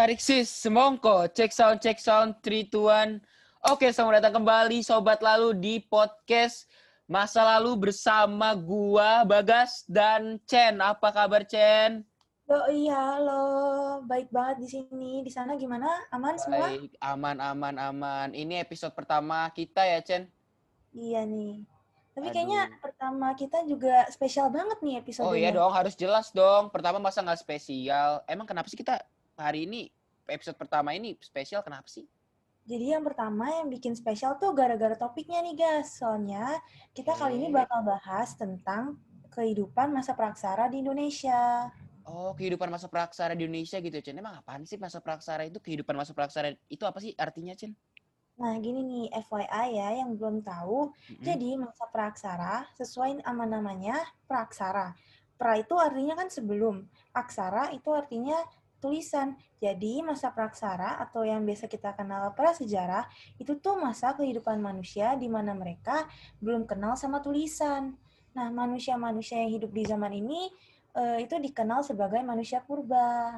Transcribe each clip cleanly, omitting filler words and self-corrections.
Kariksis, semongko, check sound, 3, 2, 1. Oke, selamat datang kembali Sobat Lalu di podcast Masa Lalu bersama gua, Bagas, dan Chen. Apa kabar, Chen? Iya, halo. Baik banget di sini. Di sana gimana? Aman semua? Baik, aman. Ini episode pertama kita ya, Chen? Iya nih. Tapi kayaknya Aduh. pertama kita juga spesial banget nih Oh iya episodenya. dong, harus jelas dong. Pertama masa nggak spesial? Emang kenapa sih kita hari ini, episode pertama ini spesial, kenapa sih? Jadi yang pertama yang bikin spesial tuh gara-gara topiknya nih, guys. Soalnya kita kali ini Oke. bakal bahas tentang kehidupan masa praksara di Indonesia. Oh, kehidupan masa praksara di Indonesia gitu, Chen. Emang apaan sih masa praksara itu? Kehidupan masa praksara itu apa sih artinya, Chen? Nah, gini nih, FYI ya, yang belum tahu. Mm-mm. Jadi, masa praksara, sesuai nama namanya, praksara. Pra itu artinya kan sebelum. Aksara itu artinya tulisan. Jadi, masa praksara atau yang biasa kita kenal prasejarah, itu tuh masa kehidupan manusia di mana mereka belum kenal sama tulisan. Nah, manusia-manusia yang hidup di zaman ini, itu dikenal sebagai manusia purba.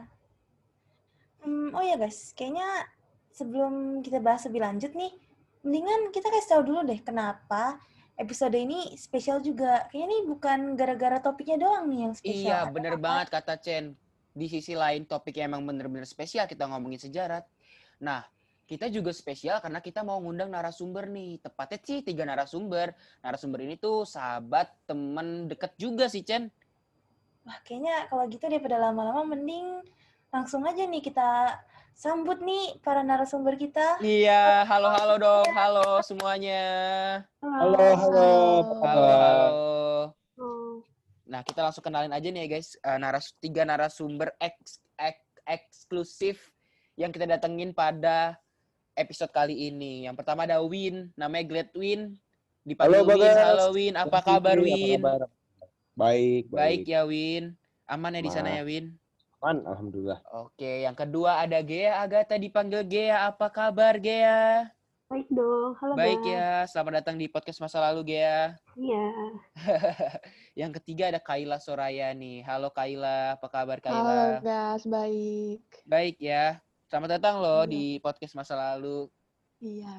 Oh ya guys, kayaknya sebelum kita bahas lebih lanjut nih, mendingan kita kasih tahu dulu deh kenapa episode ini spesial juga. Kayaknya ini bukan gara-gara topiknya doang nih yang spesial. Iya, bener banget kata Chen. Di sisi lain topiknya emang bener-bener spesial, kita ngomongin sejarah. Nah, kita juga spesial karena kita mau ngundang narasumber nih. Tepatnya sih 3 narasumber. Narasumber ini tuh sahabat, temen deket juga sih, Chen. Wah, kayaknya kalau gitu daripada lama-lama mending langsung aja nih kita sambut nih para narasumber kita. Iya, halo dong, halo semuanya. Halo, Halo. apa Halo. kabar? Nah, kita langsung kenalin aja nih ya guys, 3 narasumber eksklusif yang kita datengin pada episode kali ini. Yang pertama ada Win, namanya Glad Win. Dipanggil Halo, Win. Bagas. Halo Win, apa kabar Apa Win? kabar? Baik. Baik ya Win. Aman ya di sana ya Win? Aman, alhamdulillah. Oke, yang kedua ada Gea Agatha, dipanggil Gea. Apa kabar Gea? Baik dong, halo Baik Bang. ya, selamat datang di podcast Masa Lalu Gea. Iya. Yang ketiga ada Kaila Soraya nih. Halo Kaila, apa kabar Halo Kaila? Gas, baik. Baik ya. Selamat datang loh Iya. di podcast Masa Lalu. Iya.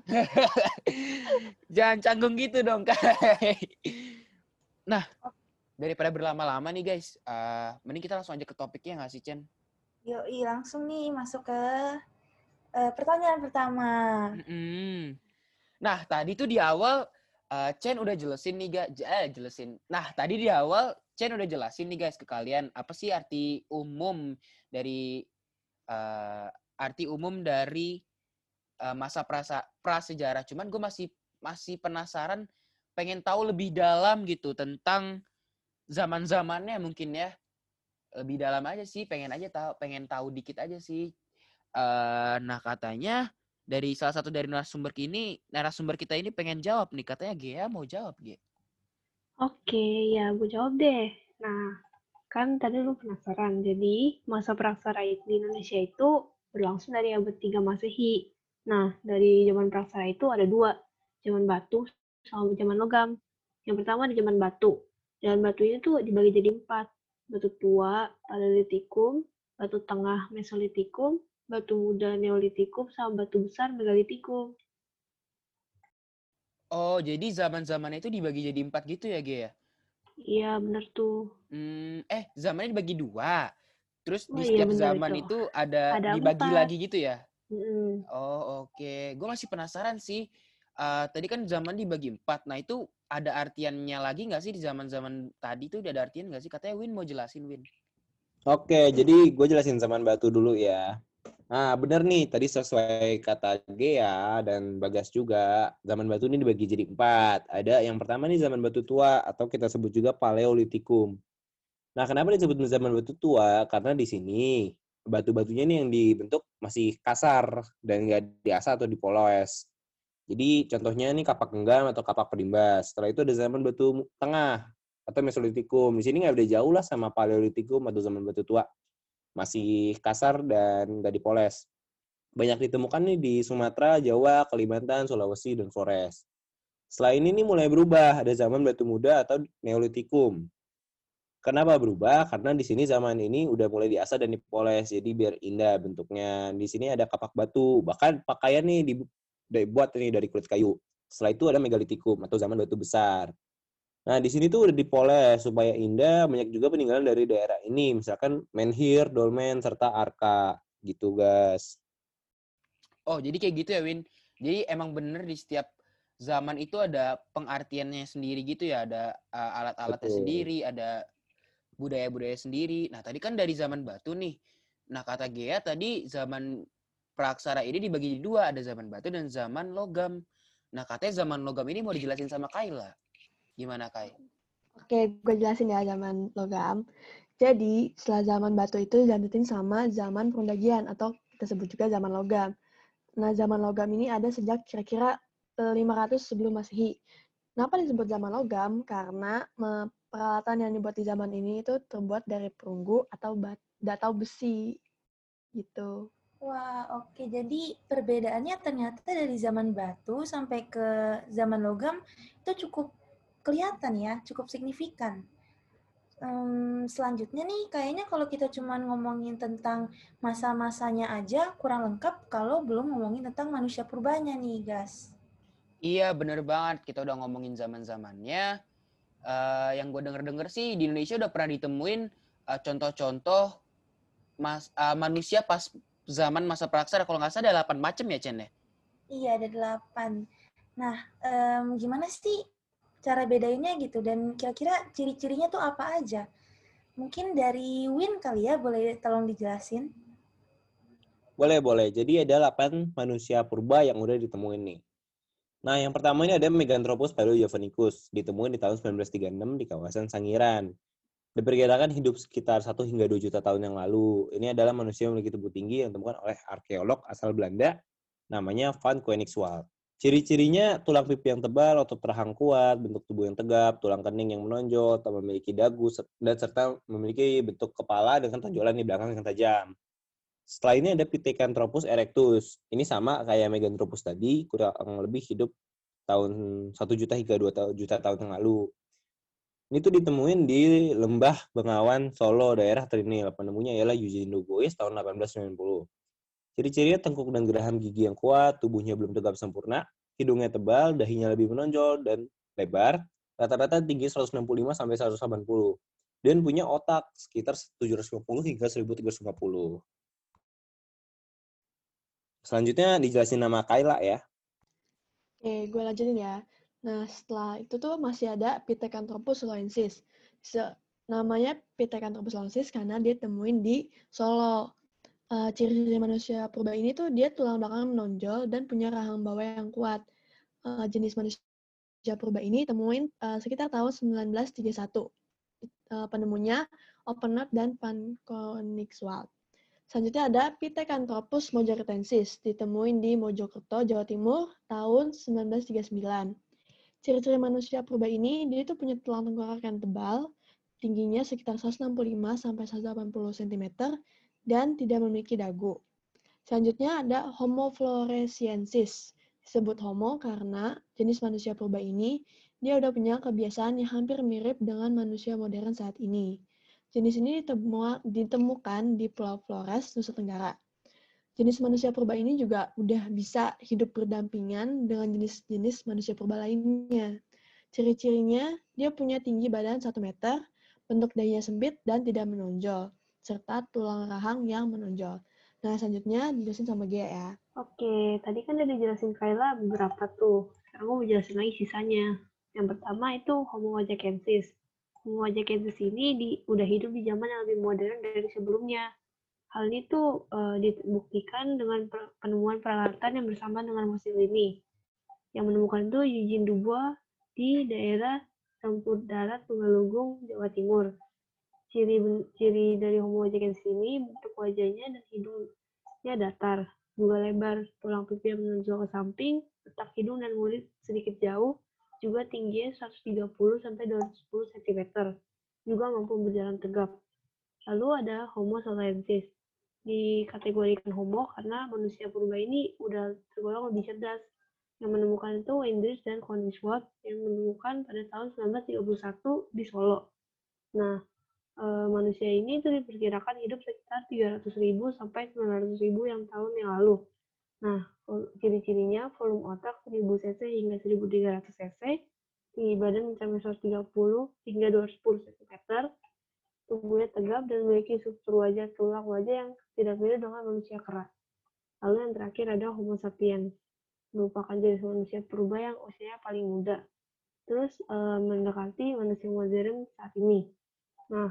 Jangan canggung gitu dong, Kai. Nah, daripada berlama-lama nih guys, mending kita langsung aja ke topiknya nggak sih, Chen? Yoi, langsung nih masuk ke pertanyaan pertama. Nah, tadi tuh di awal Chen udah jelasin nih jelasin. Nah, tadi di awal Chen udah jelasin nih guys ke kalian apa sih arti umum dari masa prasejarah. Cuman gue masih penasaran, pengen tahu lebih dalam gitu tentang zaman-zamannya mungkin ya. Lebih dalam aja sih, pengen tahu dikit aja sih. Nah, katanya dari salah satu dari narasumber kita ini pengen jawab nih. Katanya Gea mau jawab, Ge. Oke, ya gue jawab deh. Nah, kan tadi lu penasaran. Jadi, masa praksara di Indonesia itu berlangsung dari abad 3 Masehi. Nah, dari zaman praksara itu ada dua. Zaman batu sama zaman logam. Yang pertama di zaman batu. Zaman batu ini tuh dibagi jadi 4. Batu tua, Paleolitikum, batu tengah Mesolitikum, batu muda Neolitikum, sama batu besar Megalitikum. Oh, jadi zaman-zamannya itu dibagi jadi 4 gitu ya, Ge ya? Iya, bener tuh. Zamannya dibagi 2. Terus Oh di iya, setiap bener zaman itu ada Ada dibagi 4. lagi gitu ya? Mm-mm. Oh, oke. Gue masih penasaran sih. Tadi kan zaman dibagi 4. Nah, itu ada artiannya lagi nggak sih di zaman-zaman tadi tuh ada artian nggak sih? Katanya Win mau jelasin, Win. Oke, jadi gue jelasin zaman batu dulu ya. Nah, bener nih, tadi sesuai kata Gea dan Bagas juga, zaman batu ini dibagi jadi 4. Ada yang pertama nih zaman batu tua, atau kita sebut juga Paleolitikum. Nah, kenapa disebut zaman batu tua? Karena di sini batu-batunya nih yang dibentuk masih kasar dan nggak diasah atau dipoles. Jadi contohnya nih kapak genggam atau kapak perimbas. Setelah itu ada zaman batu tengah atau Mesolitikum. Di sini nggak beda jauh lah sama Paleolitikum atau zaman batu tua. Masih kasar dan nggak dipoles. Banyak ditemukan nih di Sumatera, Jawa, Kalimantan, Sulawesi, dan Flores. Setelah ini nih mulai berubah. Ada zaman batu muda atau Neolitikum. Kenapa berubah? Karena di sini zaman ini udah mulai diasah dan dipoles, jadi biar indah bentuknya. Di sini ada kapak batu, bahkan pakaian nih dibuat nih dari kulit kayu. Setelah itu ada megalitikum atau zaman batu besar. Nah, di sini tuh udah dipoles supaya indah. Banyak juga peninggalan dari daerah ini, misalkan menhir, dolmen, serta arka gitu, guys. Oh, jadi kayak gitu ya, Win. Jadi emang bener di setiap zaman itu ada pengartiannya sendiri gitu ya, ada alat-alatnya Betul. sendiri, ada budaya-budaya sendiri. Nah, tadi kan dari zaman batu nih. Nah, kata Gea tadi zaman praksara ini dibagi dua, ada zaman batu dan zaman logam. Nah, katanya zaman logam ini mau dijelasin sama Kayla. Gimana, Kai? Oke, gue jelasin ya zaman logam. Jadi, setelah zaman batu itu dilanjutin sama zaman perundagian atau kita sebut juga zaman logam. Nah, zaman logam ini ada sejak kira-kira 500 sebelum Masehi. Kenapa disebut zaman logam? Karena peralatan yang dibuat di zaman ini itu terbuat dari perunggu atau besi gitu. Wah, oke. Jadi perbedaannya ternyata dari zaman batu sampai ke zaman logam itu cukup kelihatan ya, cukup signifikan. Selanjutnya nih, kayaknya kalau kita cuma ngomongin tentang masa-masanya aja kurang lengkap kalau belum ngomongin tentang manusia purbanya nih, guys. Iya, bener banget. Kita udah ngomongin zaman-zamannya. Yang gue denger-denger sih di Indonesia udah pernah ditemuin contoh-contoh manusia pas zaman masa praksara. Kalau nggak salah ada 8 macam ya, Chen ya? Iya, ada 8. Nah, gimana sih cara bedainnya gitu? Dan kira-kira ciri-cirinya tuh apa aja? Mungkin dari Win kali ya, boleh tolong dijelasin? Boleh. Jadi ada 8 manusia purba yang udah ditemuin nih. Nah, yang pertama ini ada Meganthropus paleojavanicus, ditemuin di tahun 1936 di kawasan Sangiran. Diperkirakan hidup sekitar 1 hingga 2 juta tahun yang lalu. Ini adalah manusia yang memiliki tubuh tinggi yang ditemukan oleh arkeolog asal Belanda, namanya Van Koenigswald. Ciri-cirinya tulang pipi yang tebal, otot rahang kuat, bentuk tubuh yang tegap, tulang kening yang menonjol, memiliki dagu, dan serta memiliki bentuk kepala dengan tonjolan di belakang yang tajam. Setelah ini ada Pithecanthropus erectus. Ini sama kayak Meganthropus tadi, kurang lebih hidup tahun 1 juta hingga 2 juta tahun yang lalu. Ini tuh ditemuin di Lembah Bengawan, Solo, daerah Trinil. Penemunya ialah Eugene Dubois tahun 1890. Ciri-cirinya tengkuk dan geraham gigi yang kuat, tubuhnya belum tegap sempurna, hidungnya tebal, dahinya lebih menonjol dan lebar, rata-rata tinggi 165 sampai 180. Dan punya otak sekitar 750 hingga 1350. Selanjutnya dijelasin nama Kayla ya. Oke, gue lanjutin ya. Nah, setelah itu tuh masih ada Pithecanthropus soloensis. Namanya Pithecanthropus soloensis karena dia temuin di Solo. Ciri-ciri manusia purba ini tuh dia tulang belakang menonjol dan punya rahang bawah yang kuat. Jenis manusia purba ini temuin sekitar tahun 1931. Penemunya Oppenot dan Van Koenigswald. Selanjutnya ada Pithecanthropus mojaretensis, ditemuin di Mojokerto, Jawa Timur, tahun 1939. Ciri-ciri manusia purba ini, dia itu punya tulang tengkorak yang tebal, tingginya sekitar 165-180 cm, dan tidak memiliki dagu. Selanjutnya ada Homo floresiensis. Disebut Homo karena jenis manusia purba ini, dia udah punya kebiasaan yang hampir mirip dengan manusia modern saat ini. Jenis ini ditemukan di Pulau Flores, Nusa Tenggara. Jenis manusia purba ini juga udah bisa hidup berdampingan dengan jenis-jenis manusia purba lainnya. Ciri-cirinya, dia punya tinggi badan 1 meter, bentuk dahinya sempit dan tidak menonjol, serta tulang rahang yang menonjol. Nah, selanjutnya dijelasin sama Gia ya. Oke, tadi kan udah dijelasin Kayla beberapa tuh. Sekarang gue mau jelasin lagi sisanya. Yang pertama itu Homo ajacensis. Homo ajacensis ini udah hidup di zaman yang lebih modern dari sebelumnya. Hal ini tuh dibuktikan dengan penemuan peralatan yang bersama dengan fosil ini. Yang menemukan itu Eugene Dubois di daerah Campur Darat, Tunggalunggung, Jawa Timur. Ciri dari Homo ajacensis ini bentuk wajahnya dan hidungnya datar, juga lebar, tulang pipi yang menonjol ke samping, letak hidung dan mulut sedikit jauh, juga tingginya 130 sampai 210 cm, juga mampu berjalan tegap. Lalu ada Homo soloensis. Dikategorikan Homo karena manusia purba ini udah tergolong lebih cerdas. Yang menemukan itu Wenders dan Koenigswald yang menemukan pada tahun 1931 di Solo. Nah, manusia ini itu diperkirakan hidup sekitar 300.000 sampai 900.000 yang tahun yang lalu. Nah, ciri-cirinya volume otak 1000 cc hingga 1300 cc, tinggi badan mencapai 130 hingga 210 cm, tubuhnya tegap dan memiliki struktur wajah tulang wajah yang tidak mirip dengan manusia kera. Lalu yang terakhir ada Homo sapiens, merupakan jenis manusia purba yang usianya paling muda. Terus mendekati manusia modern saat ini. Nah,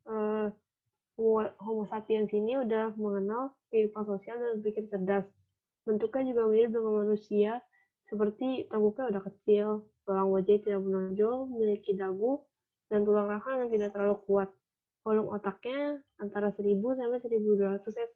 Homo sapiens ini udah mengenal kehidupan sosial dan berpikir cerdas. Bentuknya juga mirip dengan manusia, seperti tengkuknya udah kecil, tulang wajah tidak menonjol, memiliki dagu, dan tulang rahang yang tidak terlalu kuat. Volume otaknya antara 1000 sampai 1200 cc.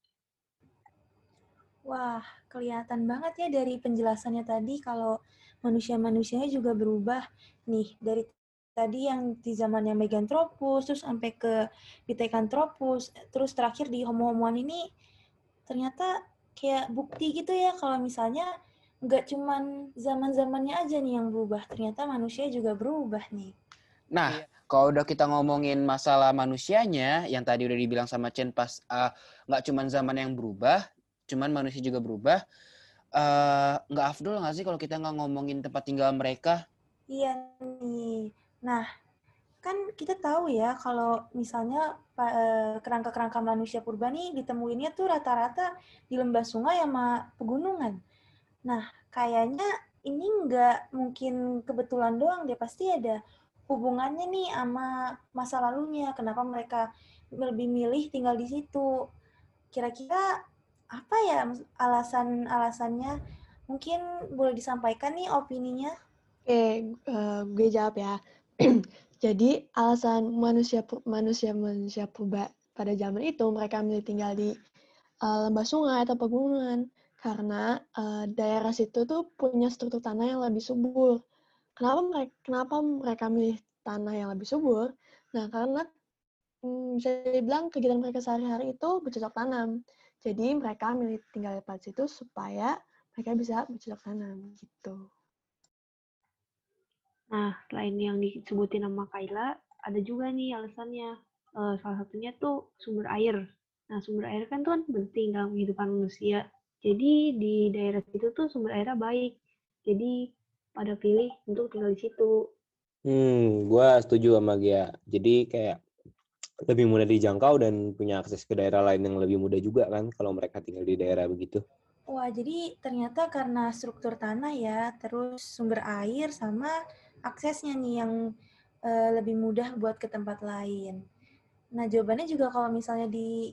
Wah, kelihatan banget ya dari penjelasannya tadi kalau manusia-manusianya juga berubah. Nih, dari tadi yang di zamannya Meganthropus, terus sampai ke Pithecanthropus, terus terakhir di Homo-homoan ini, ternyata kayak bukti gitu ya kalau misalnya nggak cuman zaman-zamannya aja nih yang berubah, ternyata manusia juga berubah nih. Nah, kalau udah kita ngomongin masalah manusianya, yang tadi udah dibilang sama Chen pas nggak cuman zaman yang berubah, cuman manusia juga berubah. Nggak afdol nggak sih kalau kita nggak ngomongin tempat tinggal mereka? Iya nih. Nah, kan kita tahu ya kalau misalnya kerangka-kerangka manusia purba nih ditemuinnya tuh rata-rata di lembah sungai sama pegunungan. Nah, kayaknya ini nggak mungkin kebetulan doang deh, pasti ada hubungannya nih sama masa lalunya, kenapa mereka lebih milih tinggal di situ. Kira-kira apa ya alasan-alasannya? Mungkin boleh disampaikan nih opininya? Oke, gue jawab ya. Jadi alasan manusia purba pada zaman itu mereka milih tinggal di lembah sungai atau pegunungan karena daerah situ tuh punya struktur tanah yang lebih subur. Kenapa mereka milih tanah yang lebih subur? Nah, karena bisa dibilang kegiatan mereka sehari-hari itu bercocok tanam. Jadi mereka milih tinggal di tempat situ supaya mereka bisa bercocok tanam gitu. Nah, selain yang disebutin sama Kayla, ada juga nih alasannya. Salah satunya tuh sumber air. Nah, sumber air kan tuh kan penting dalam kehidupan manusia. Jadi di daerah situ tuh sumber airnya baik. Jadi pada pilih untuk tinggal di situ. Gue setuju sama Gia. Jadi kayak lebih mudah dijangkau dan punya akses ke daerah lain yang lebih mudah juga kan kalau mereka tinggal di daerah begitu. Wah, jadi ternyata karena struktur tanah ya, terus sumber air sama aksesnya nih yang lebih mudah buat ke tempat lain. Nah, jawabannya juga kalau misalnya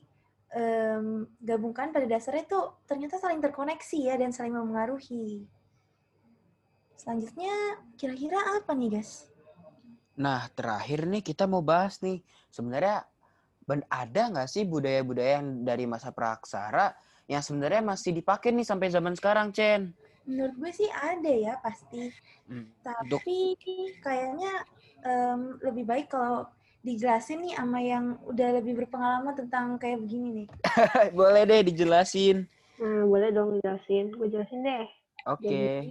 digabungkan pada dasarnya itu ternyata saling terkoneksi ya dan saling mempengaruhi. Selanjutnya, kira-kira apa nih, guys? Nah, terakhir nih kita mau bahas nih, sebenarnya ada nggak sih budaya-budaya yang dari masa praksara yang sebenarnya masih dipakai nih sampai zaman sekarang, Chen? Menurut gue sih ada ya, pasti. Tapi kayaknya lebih baik kalau dijelasin nih sama yang udah lebih berpengalaman tentang kayak begini nih. Boleh deh dijelasin. Nah, boleh dong jelasin. Gue jelasin deh. Oke. Jadi,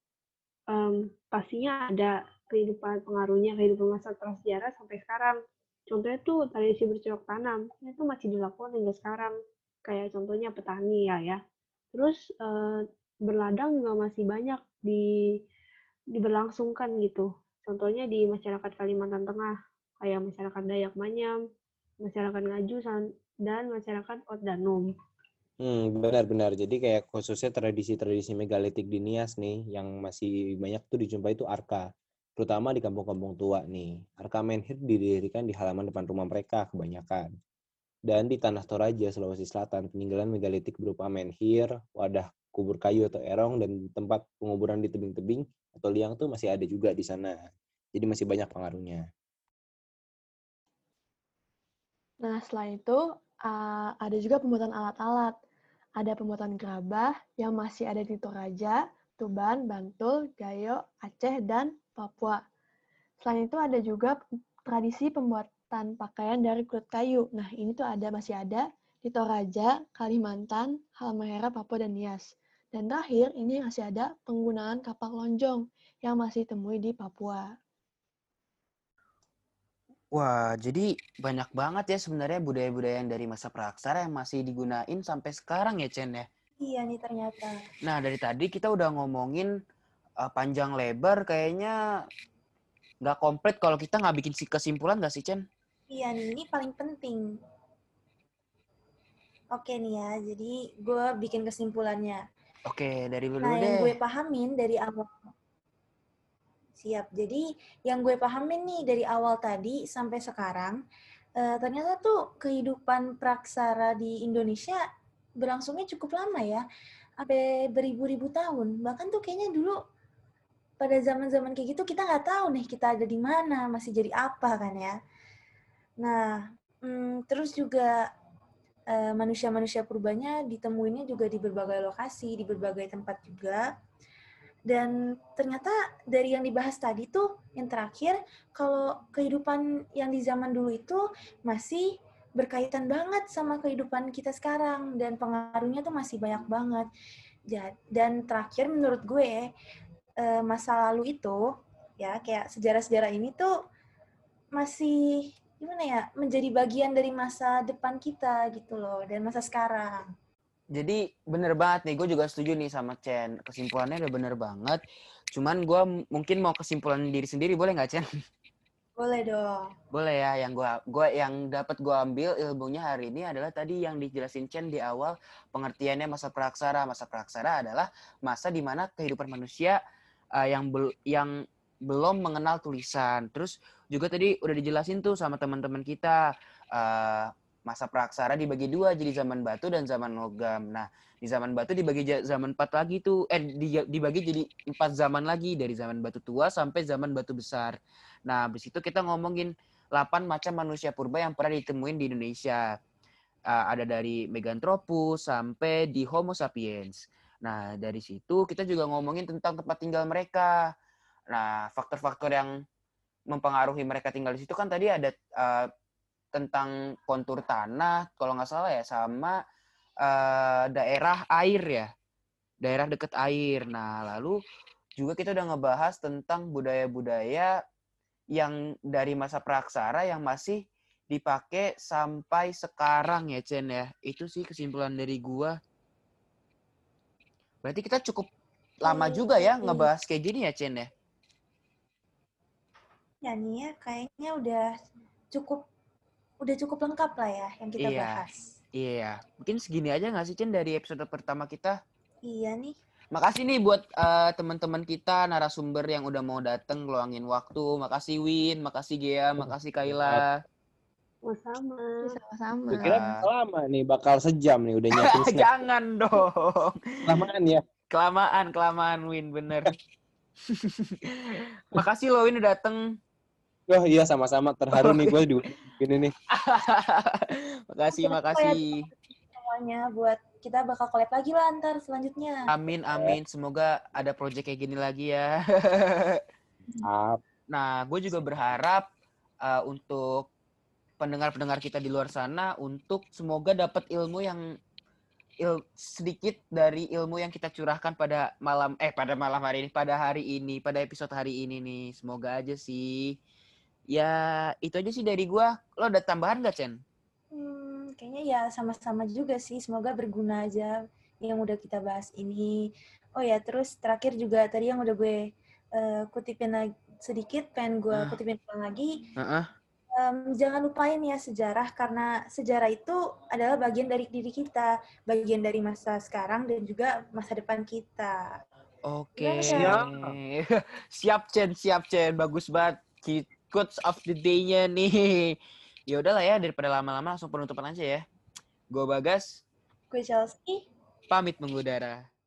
pastinya ada pengaruhnya kehidupan masa prasejarah sampai sekarang. Contohnya tuh tradisi bercocok tanam, itu masih dilakukan hingga sekarang. Kayak contohnya petani ya. Terus berladang juga masih banyak diberlangsungkan gitu. Contohnya di masyarakat Kalimantan Tengah, kayak masyarakat Dayak Manyam, masyarakat Ngaju, dan masyarakat Oddanum. Benar-benar. Jadi kayak khususnya tradisi-tradisi megalitik di Nias nih, yang masih banyak tuh dijumpai itu arka. Terutama di kampung-kampung tua nih. Arka menhir didirikan di halaman depan rumah mereka kebanyakan. Dan di Tanah Toraja, Sulawesi Selatan, peninggalan megalitik berupa menhir, wadah kubur kayu atau erong, dan tempat penguburan di tebing-tebing atau liang tuh masih ada juga di sana. Jadi masih banyak pengaruhnya. Nah, selain itu, ada juga pembuatan alat-alat. Ada pembuatan gerabah yang masih ada di Toraja, Tuban, Bantul, Gayo, Aceh, dan Papua. Selain itu ada juga tradisi pembuatan pakaian dari kulit kayu. Nah, ini tuh masih ada di Toraja, Kalimantan, Halmahera, Papua, dan Nias. Dan terakhir, ini masih ada penggunaan kapak lonjong yang masih ditemui di Papua. Wah, jadi banyak banget ya sebenarnya budaya-budaya yang dari masa praksara yang masih digunain sampai sekarang ya, Chen ya. Iya nih ternyata. Nah, dari tadi kita udah ngomongin panjang lebar, kayaknya nggak komplit kalau kita nggak bikin kesimpulan nggak sih, Chen? Iya nih, ini paling penting. Oke nih ya, jadi gue bikin kesimpulannya. Oke, dari lu Nah, dulu yang deh. gue pahamin dari awal. Siap. Jadi, yang gue pahamin nih dari awal tadi sampai sekarang, ternyata tuh kehidupan praksara di Indonesia berlangsungnya cukup lama ya. Sampai beribu-ribu tahun. Bahkan tuh kayaknya dulu pada zaman-zaman kayak gitu kita nggak tahu nih kita ada di mana, masih jadi apa kan ya. Nah, terus juga manusia-manusia purbanya ditemuinnya juga di berbagai lokasi, di berbagai tempat juga. Dan ternyata dari yang dibahas tadi tuh, yang terakhir, kalau kehidupan yang di zaman dulu itu masih berkaitan banget sama kehidupan kita sekarang, dan pengaruhnya tuh masih banyak banget. Dan terakhir menurut gue, masa lalu itu, ya kayak sejarah-sejarah ini tuh masih gimana ya, menjadi bagian dari masa depan kita gitu loh, dan masa sekarang. Jadi bener banget nih, gue juga setuju nih sama Chen. Kesimpulannya udah bener banget. Cuman gue mungkin mau kesimpulan diri sendiri, boleh nggak, Chen? Boleh dong. Boleh ya. Yang dapat gue ambil ilmunya hari ini adalah tadi yang dijelasin Chen di awal, pengertiannya masa praksara. Masa praksara adalah masa di mana kehidupan manusia yang belum mengenal tulisan. Terus juga tadi udah dijelasin tuh sama teman-teman kita. Masa praksara dibagi dua, jadi zaman batu dan zaman logam. Nah, di zaman batu dibagi zaman 4 lagi tuh. Dibagi jadi 4 zaman lagi, dari zaman batu tua sampai zaman batu besar. Nah, habis itu kita ngomongin 8 macam manusia purba yang pernah ditemuin di Indonesia. Ada dari Meganthropus sampai di Homo sapiens. Nah, dari situ kita juga ngomongin tentang tempat tinggal mereka. Nah, faktor-faktor yang mempengaruhi mereka tinggal di situ kan tadi ada tentang kontur tanah, kalau nggak salah ya, sama daerah air ya, daerah dekat air. Nah, lalu juga kita udah ngebahas tentang budaya-budaya yang dari masa praksara yang masih dipakai sampai sekarang ya, Chen ya. Itu sih kesimpulan dari gua. Berarti kita cukup lama juga ya ngebahas kayak gini ya, Chen ya. Ya nih ya, kayaknya udah cukup lengkap lah ya yang kita bahas. Iya. Mungkin segini aja nggak sih, Chen, dari episode pertama kita? Iya nih. Makasih nih buat teman-teman kita, narasumber yang udah mau dateng ngeluangin waktu. Makasih Win, makasih Gea, makasih Kayla. Sama-sama. Sama-sama. Gue kira bakal lama nih, bakal sejam nih udah nyiapin snack. Jangan dong. Kelamaan ya. Kelamaan Win, bener. Makasih lo Win udah dateng. Oh iya, sama-sama. Terharu nih gue gini nih. Makasih. Semuanya buat kita bakal collab lagi lah ntar selanjutnya. Amin. Semoga ada project kayak gini lagi ya. Nah, gue juga berharap untuk pendengar-pendengar kita di luar sana untuk semoga dapat ilmu yang sedikit dari ilmu yang kita curahkan pada malam hari ini, pada episode hari ini nih. Semoga aja sih. Ya, itu aja sih dari gua. Lo ada tambahan gak, Chen? Kayaknya ya sama-sama juga sih. Semoga berguna aja yang udah kita bahas ini. Oh ya, terus terakhir juga tadi yang udah gue kutipin lagi sedikit, pengen gue kutipin lagi. Jangan lupain ya sejarah, karena sejarah itu adalah bagian dari diri kita, bagian dari masa sekarang dan juga masa depan kita. Oke. Siap Chen, bagus banget. Quotes of the day-nya nih. Ya udahlah ya, daripada lama-lama langsung penutupan aja ya. Gue Bagas. Gue Chelsea. Pamit mengudara.